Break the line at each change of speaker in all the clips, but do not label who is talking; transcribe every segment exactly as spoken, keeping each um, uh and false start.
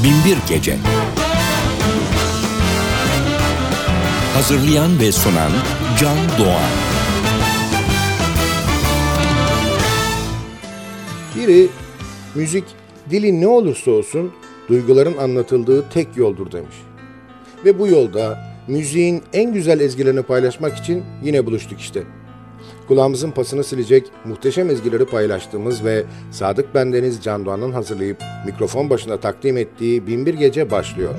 Binbir Gece. Hazırlayan ve sunan Can Doğan.
Biri, müzik dili ne olursa olsun duyguların anlatıldığı tek yoldur demiş. Ve bu yolda müziğin en güzel ezgilerini paylaşmak için yine buluştuk işte. Kulağımızın pasını silecek muhteşem ezgileri paylaştığımız ve Sadık Bendeniz Can Doğan'ın hazırlayıp mikrofon başına takdim ettiği Binbir Gece başlıyor.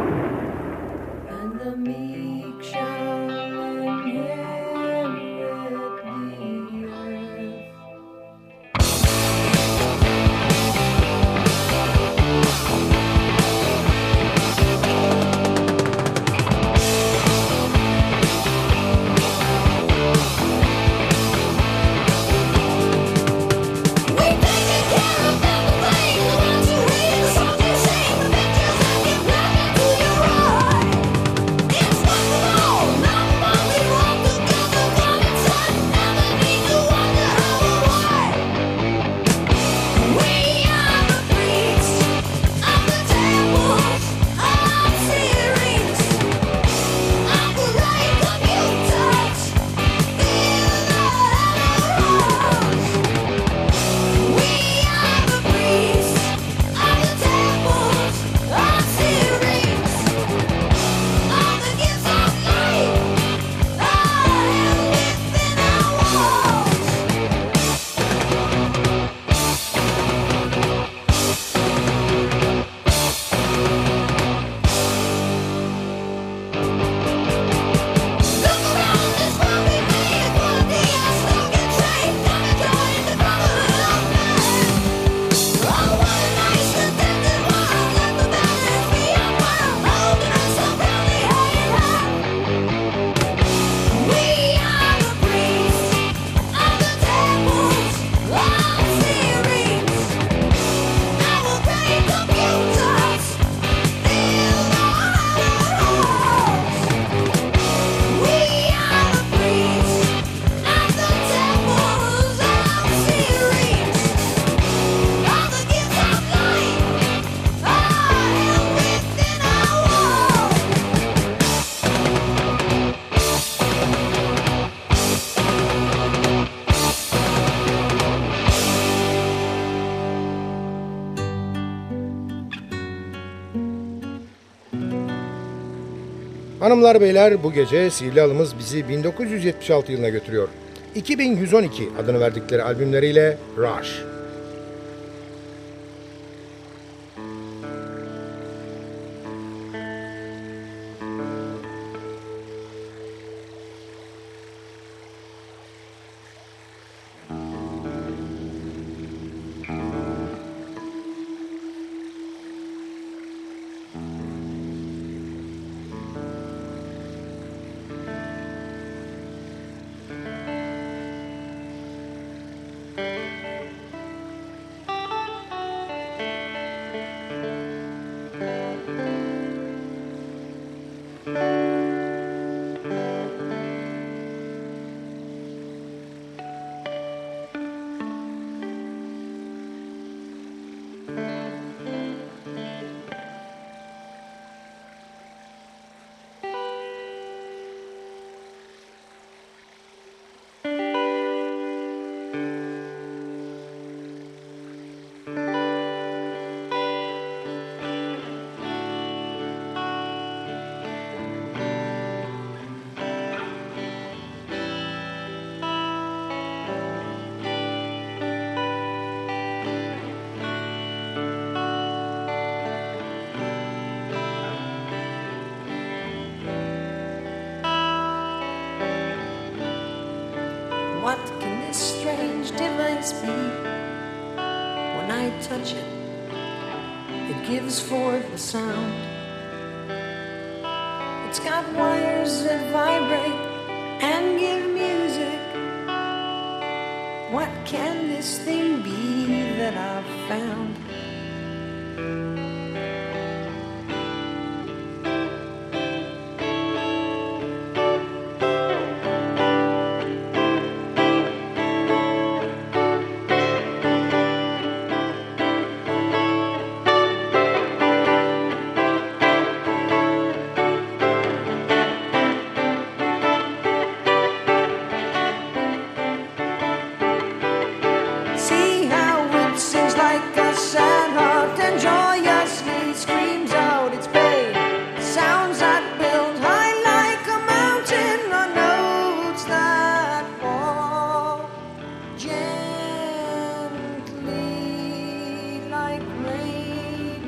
the meek shall inherit
Hanımlar beyler, bu gece sihirli halımız bizi bin dokuz yüz yetmiş altı yılına götürüyor. iki bin yüz on iki adını verdikleri albümleriyle Rush.
What can this strange device be? When I touch it, it gives forth a sound. It's got wires that vibrate and give music. What can this thing be that I've found? See how it sings like a sad heart and joyously screams out its pain. Sounds that build high like a mountain on notes that fall gently like rain.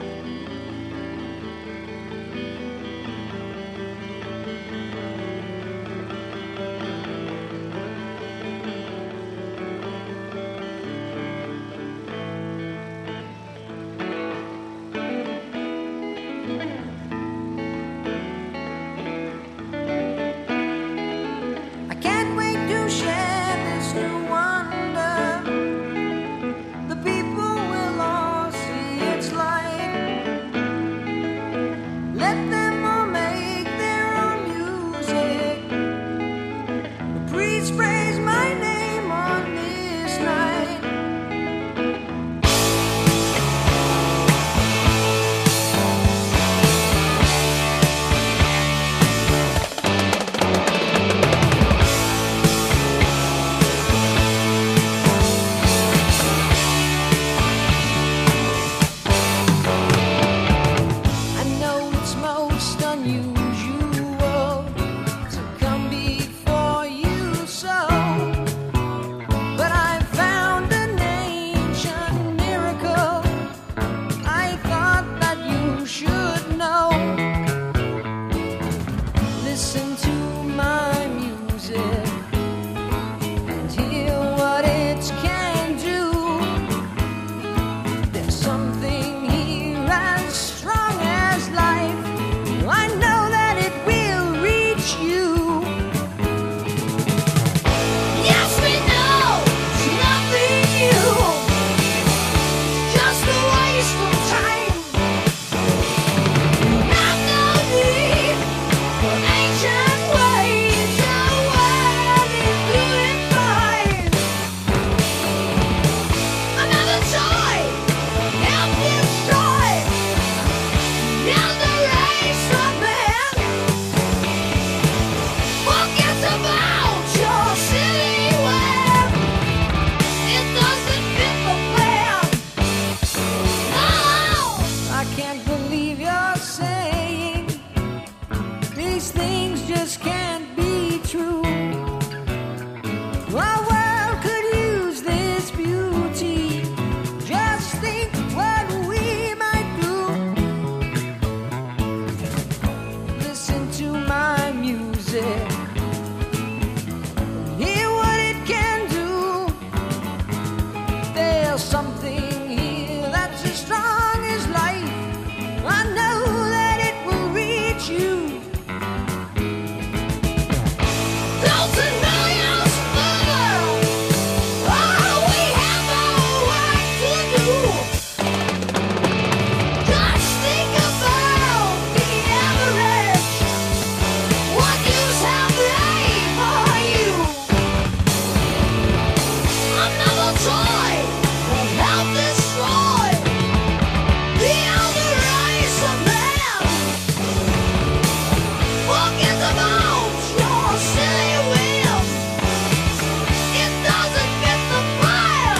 I can't wait to share this new wonder. The people will all see its light. Let them all make their own music. The priest praise my name on this night. I know it's most unusual to come before you so, but I found an ancient miracle I thought that you should know. Listen to my music and hear what it can do. There's something here as strong as life. I know that it will reach you. Yes, we know it's nothing new. It's just a waste of time. Not no need for ancient these things just can't be true. Our world could use this beauty. Just think what we might do. Listen to my music. Hear what it can do. There's something here that's as strong as life. I know that it will reach you. Thousand millions further. Oh, we have our work to do. Just think about the average. What use have they for you? Another toy will help destroy the elder race of man. Forget about your silly will. It doesn't fit the plan.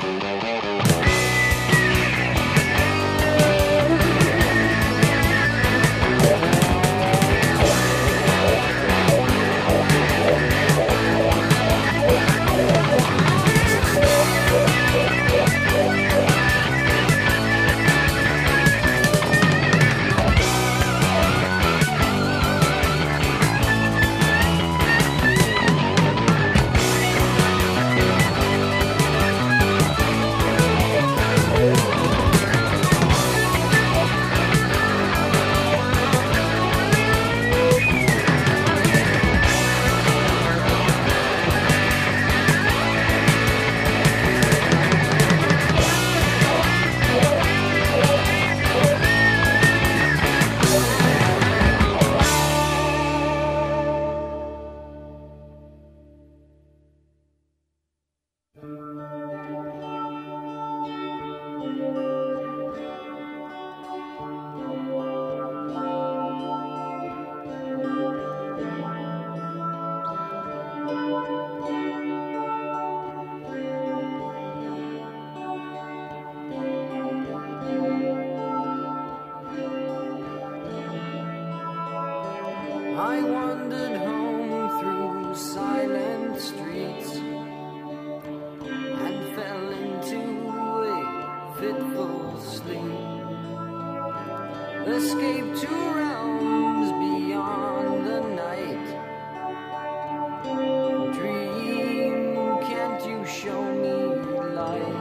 I wandered home through silent streets and fell into a fitful sleep. Escaped to realms beyond the night. Dream, can't you show me light?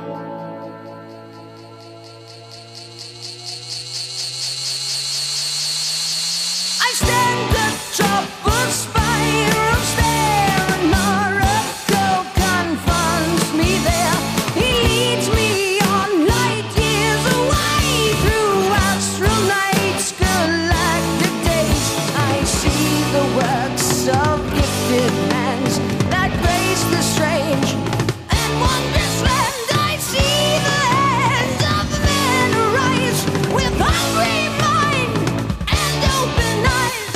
I stand atop a spiral stair, and Morocco confronts me there. He leads me on light years away through astral nights, galactic days. I see the works of gifted hands that grace the strange and wondrous land. I see the hands of men rise with hungry mind and open eyes.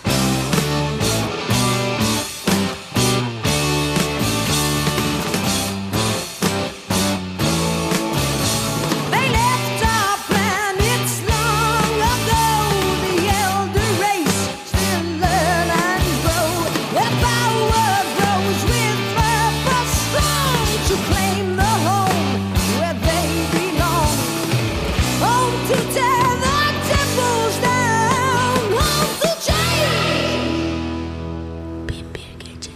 They left our planets long ago. The elder race still learn and grow. Their power grows with purpose strong to claim the home where they belong. Home to tear the temples down. Home to change. Bin bir gece.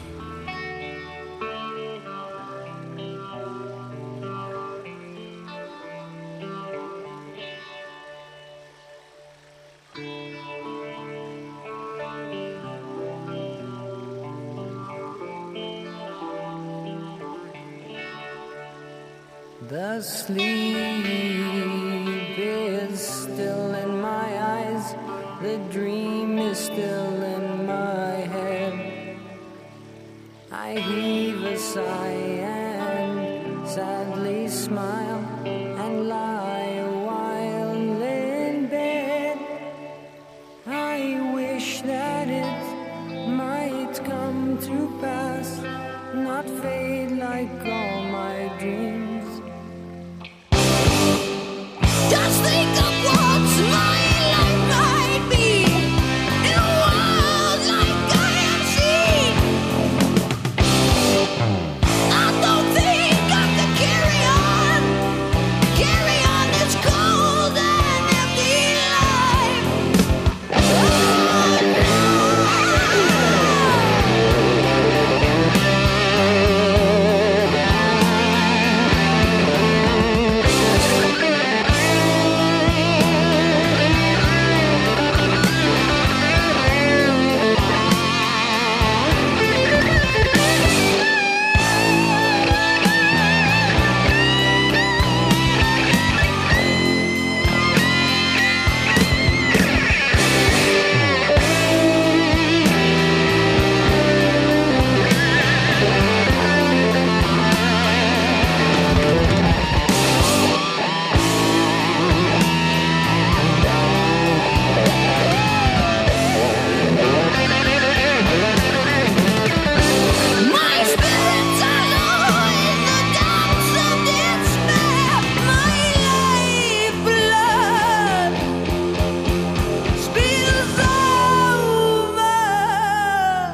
The sleep is still in my eyes. The dream is still in my head. I heave a sigh and sadly smile and lie a while in bed. I wish that it might come to pass, not fade like all my dreams. Just think of what my life might be in a world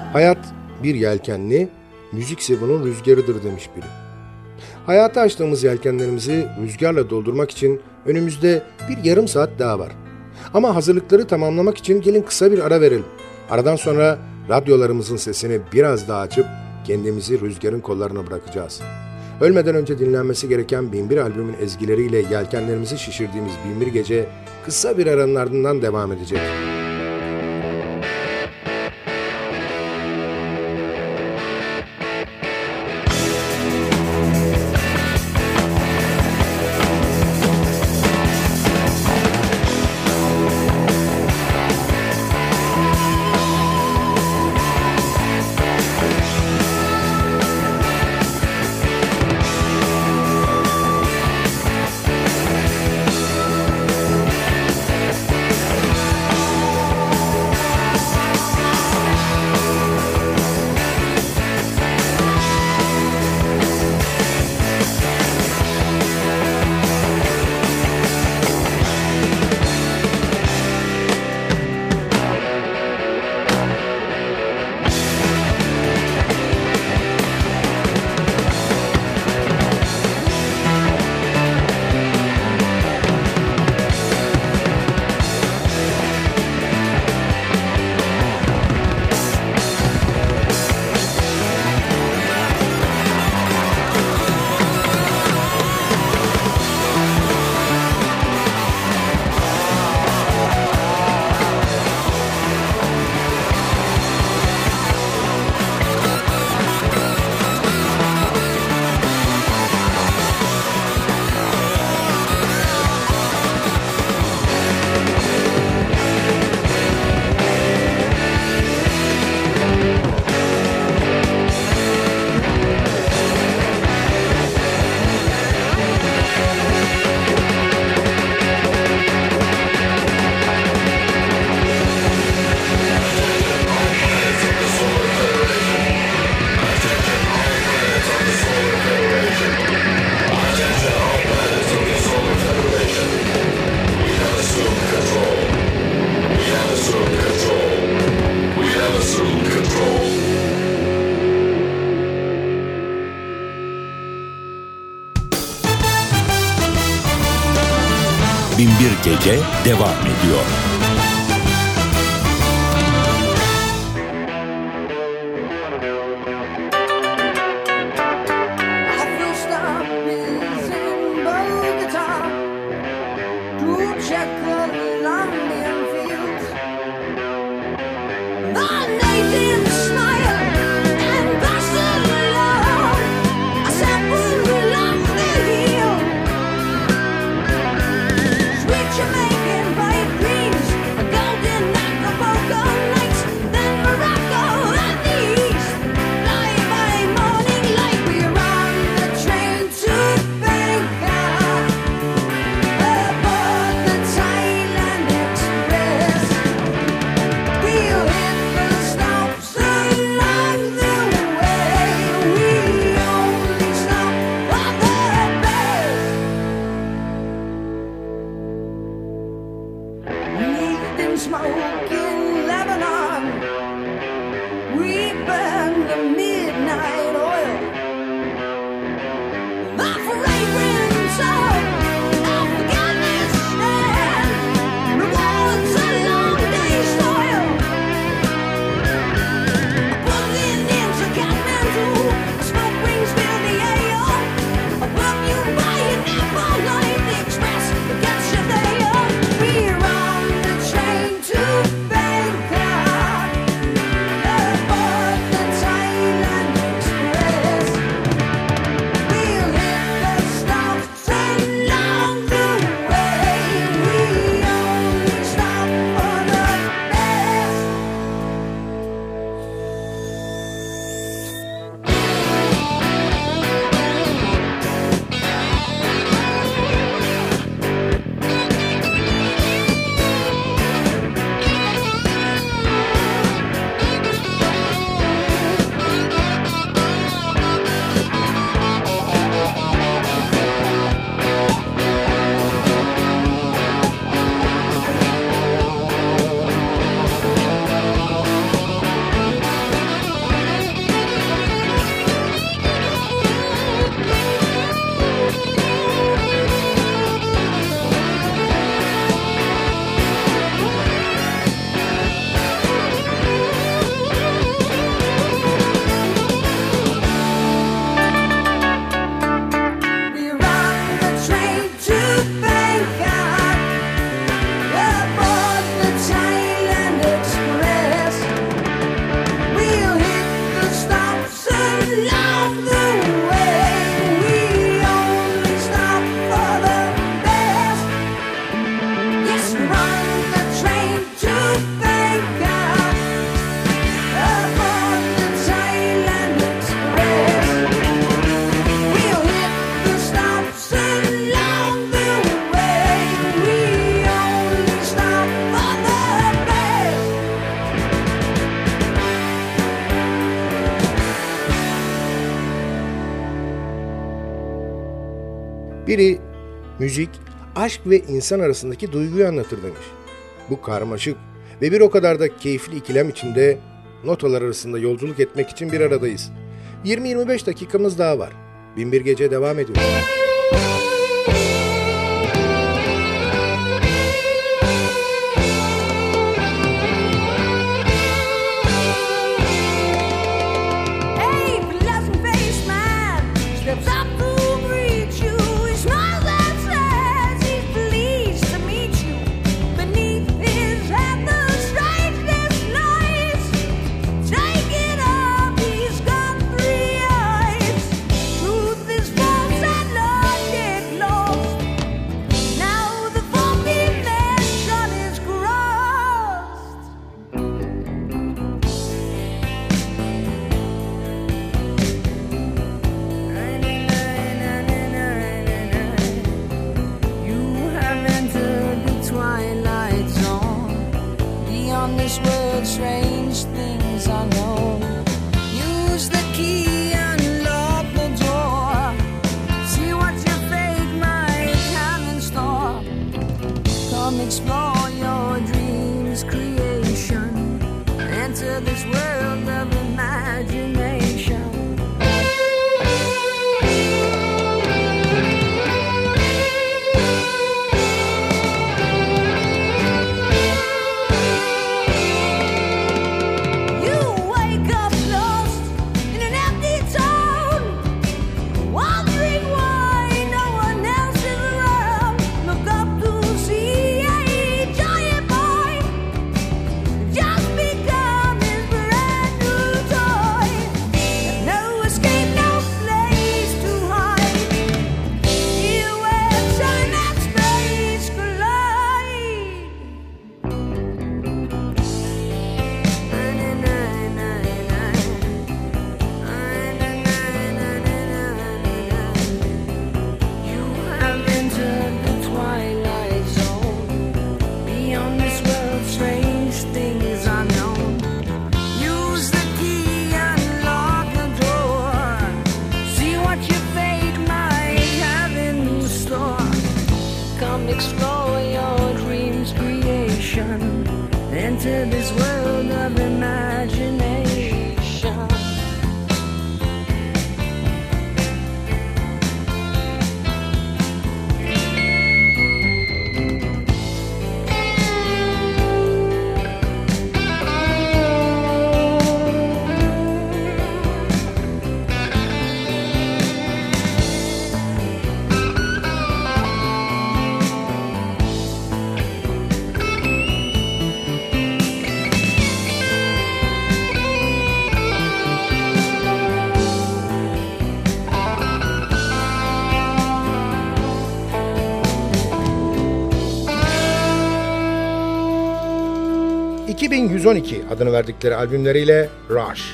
Hayat bir yelkenli, müzikse bunun rüzgarıdır demiş biri. Hayata açtığımız yelkenlerimizi rüzgarla doldurmak için önümüzde bir yarım saat daha var. Ama hazırlıkları tamamlamak için gelin kısa bir ara verelim. Aradan sonra radyolarımızın sesini biraz daha açıp kendimizi rüzgarın kollarına bırakacağız. Ölmeden önce dinlenmesi gereken Binbir albümün ezgileriyle yelkenlerimizi şişirdiğimiz Binbir Gece kısa bir aranın ardından devam edecek.
Binbir Gece devam ediyor.
Jamaican white greens.
Biri müzik, aşk ve insan arasındaki duyguyu anlatır demiş. Bu karmaşık ve bir o kadar da keyifli ikilem içinde notalar arasında yolculuk etmek için bir aradayız. yirmi yirmi beş dakikamız daha var. Bin bir Gece devam ediyor.
Hey, pleasant-faced man steps up to greet you. He smiles and says he's pleased to meet you. Beneath his hat, the strangest noise. Take it up, he's got three eyes. Truth is false and logic lost. Now the foggy mansion is crossed. You have entered the twilight zone. Beyond this world, strange things are known. Use the key, unlock the door. See what your fate might have in store. Come explore your dreams' creation. Enter this world of imagination. You wake up lost in an empty town, wondering why no one else is around. Look up to see a giant boy just become his brand new toy. No escape, no place to hide. Here where time and space collide. You have entered the twilight zone. Beyond this world, strange things are known. Use the key, unlock the door. See what your fate might have in store. Come explore your dreams' creation. Enter this world of imagination.
iki bin yüz on iki adını verdikleri albümleriyle Rush.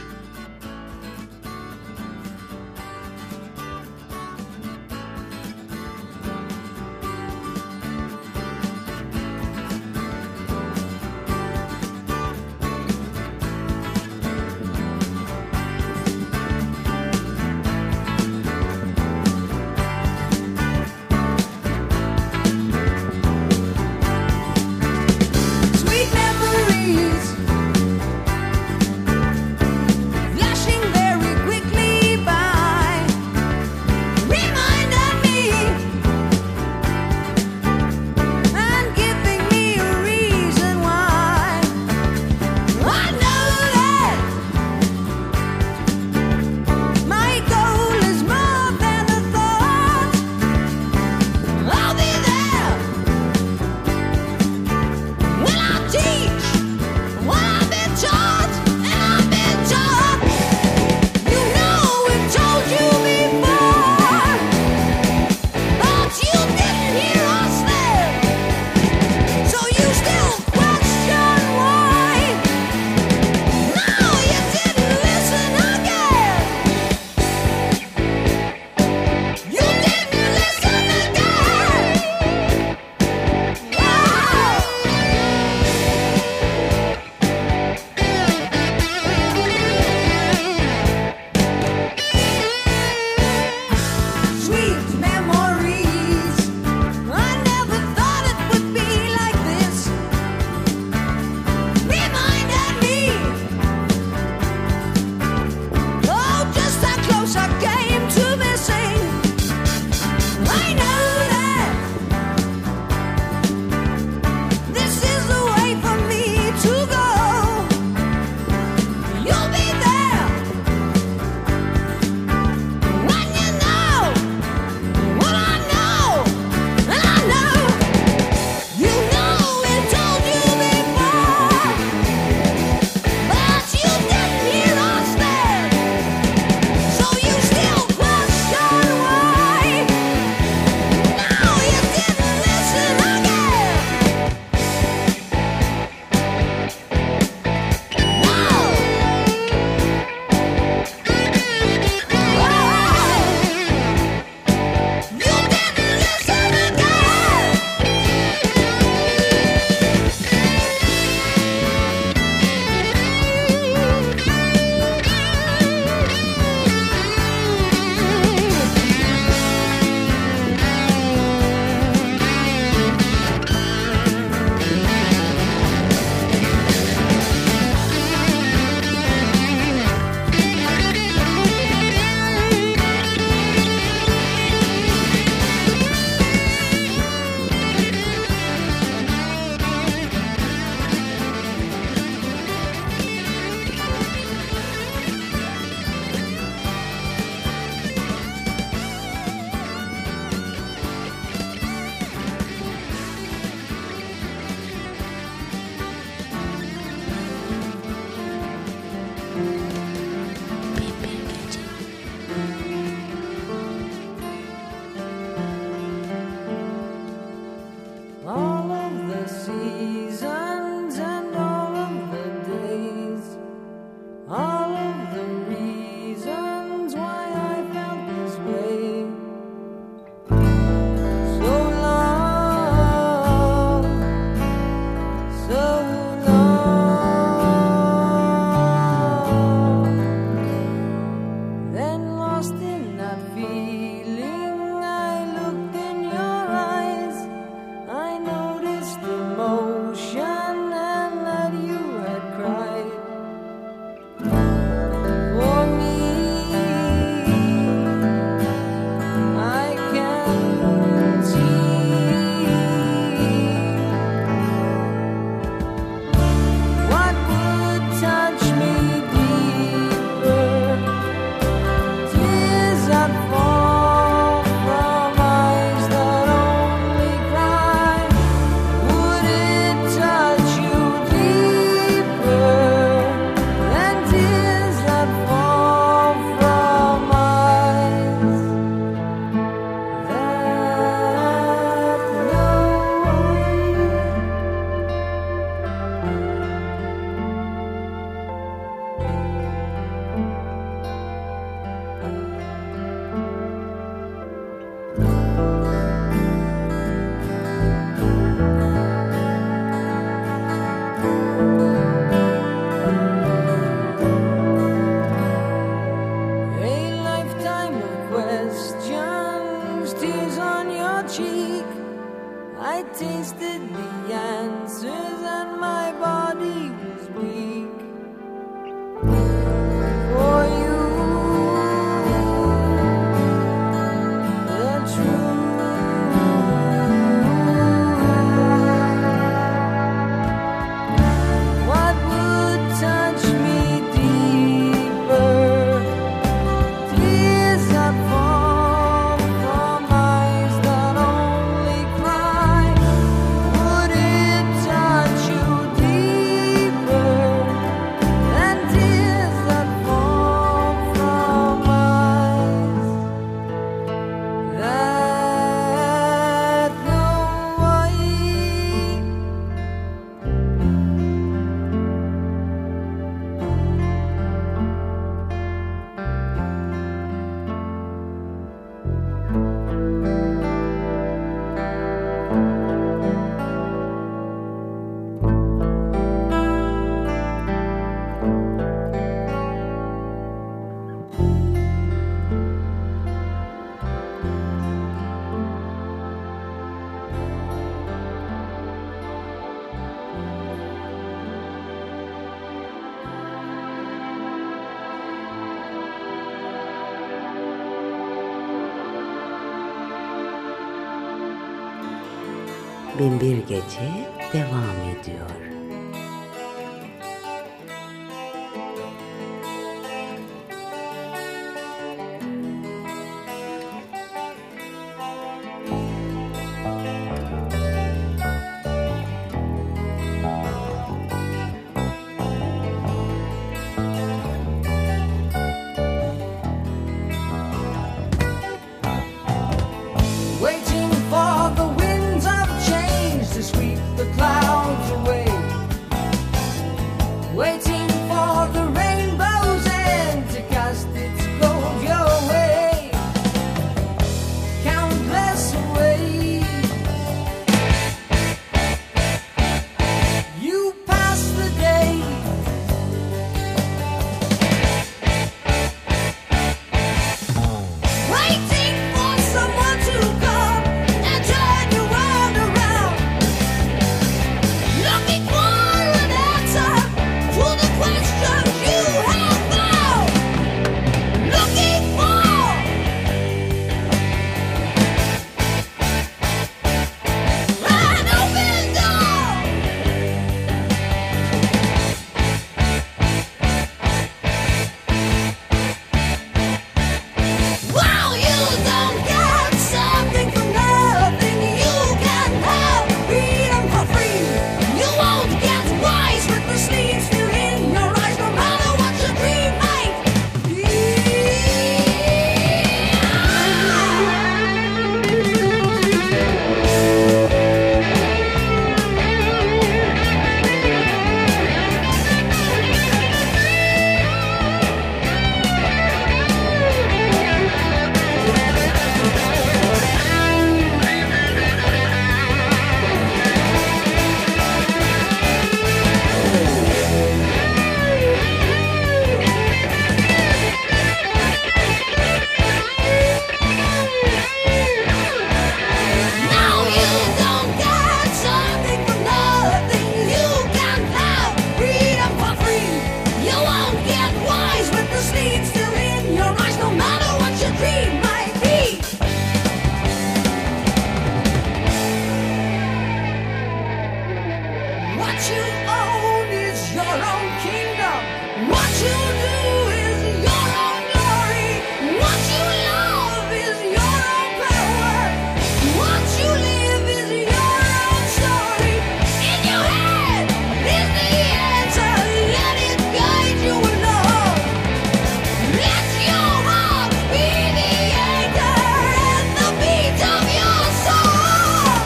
Sweet memories
Binbir Gece devam ediyor.
Waiting for the winds of change to sweep the clouds away. Waiting for the rainbow's end to cast its gold your way. Countless away. You pass the day. Waiting for someone to come and turn your world around. Looking for an answer to the questions you have found. Looking for an open door. Wow, you don't get something for nothing. You can have freedom for free. You won't get wise with the sleep still in your eyes, no matter what your dream might Now you don't get something for nothing. You can have freedom for free. You won't get wise with the sleep still in your eyes, no matter what your dream might be. What you own is your own kingdom. What you do is your own glory. What you love is your own power. What you live is your own story. In your head is the answer. Let it guide you along. Let your heart be the anchor and the beat of your soul.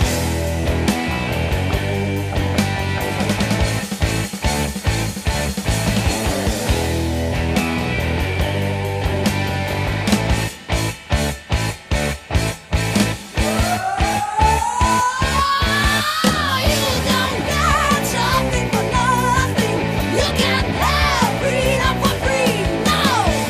You don't get something for nothing. You can have freedom for free. No.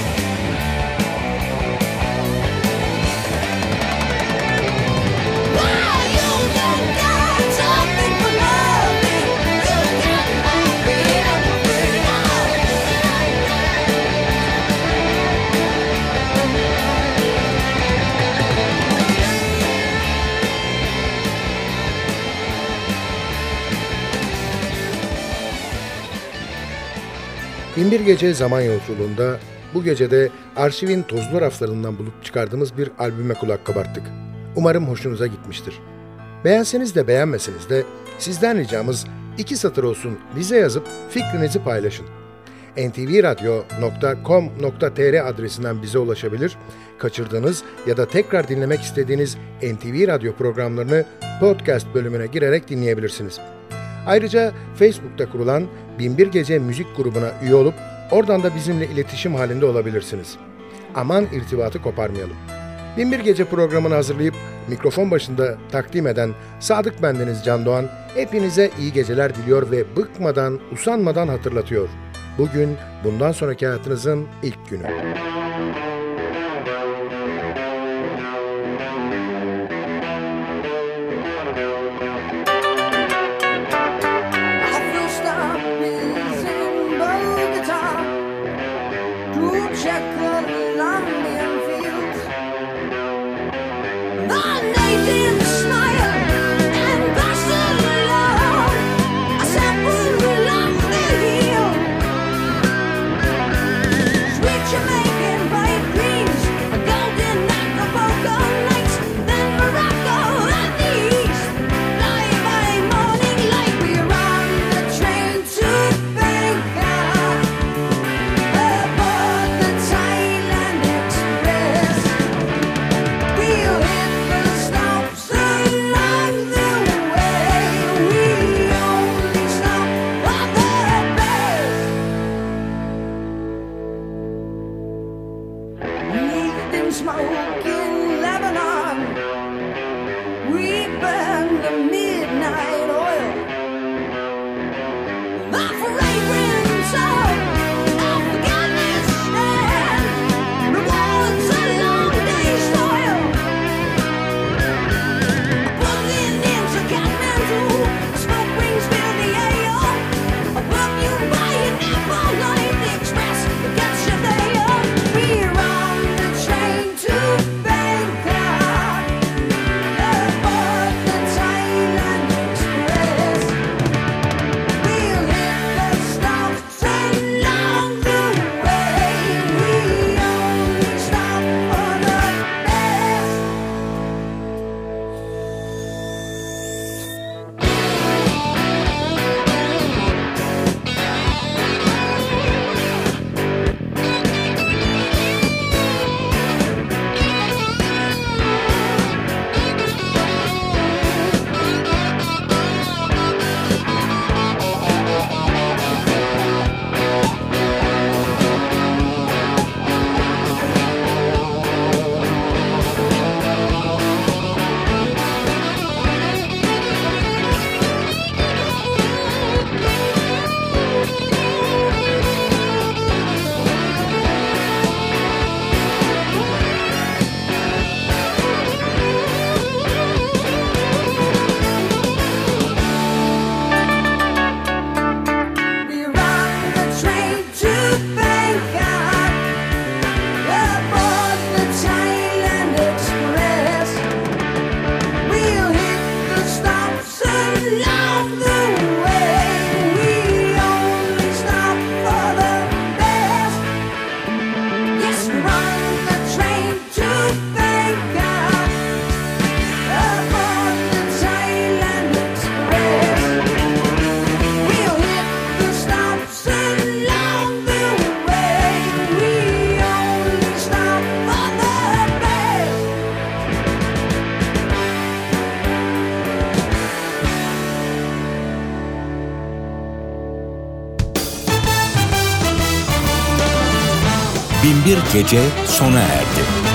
You don't get something for nothing. You can have freedom for free. No.
Binbir Gece zaman yolculuğunda bu gecede arşivin tozlu raflarından bulup çıkardığımız bir albüme kulak kabarttık. Umarım hoşunuza gitmiştir. Beğenseniz de beğenmeseniz de sizden ricamız iki satır olsun bize yazıp fikrinizi paylaşın. en ti vi radyo nokta com nokta te er adresinden bize ulaşabilir, kaçırdığınız ya da tekrar dinlemek istediğiniz N T V Radyo programlarını podcast bölümüne girerek dinleyebilirsiniz. Ayrıca Facebook'ta kurulan Binbir Gece müzik grubuna üye olup oradan da bizimle iletişim halinde olabilirsiniz. Aman irtibatı koparmayalım. Binbir Gece programını hazırlayıp mikrofon başında takdim eden Sadık bendeniz Can Doğan, hepinize iyi geceler diliyor ve bıkmadan, usanmadan hatırlatıyor. Bugün bundan sonraki hayatınızın ilk günü.
The Nathan smile and and smoke in Lebanon. We burn the midnight oil. The fragrance of Afghanistan rewards a long day's toil. Brooklyn into Kathmandu, smoke rings fill the air. Above you by an apple light, the express gets you there. We're on the train to Bangkok, aboard the Thailand Express. We'll hit the stops along the way. We only stop for the best. We're on the train to Bangkok, aboard the Thailand Express. We'll hit the stops along the way. We only stop for the best. Yes, we're on the train to Bangkok, aboard the Thailand Express. We'll hit the stops along the way. We only stop for the best.
Binbir Gece sona erdi.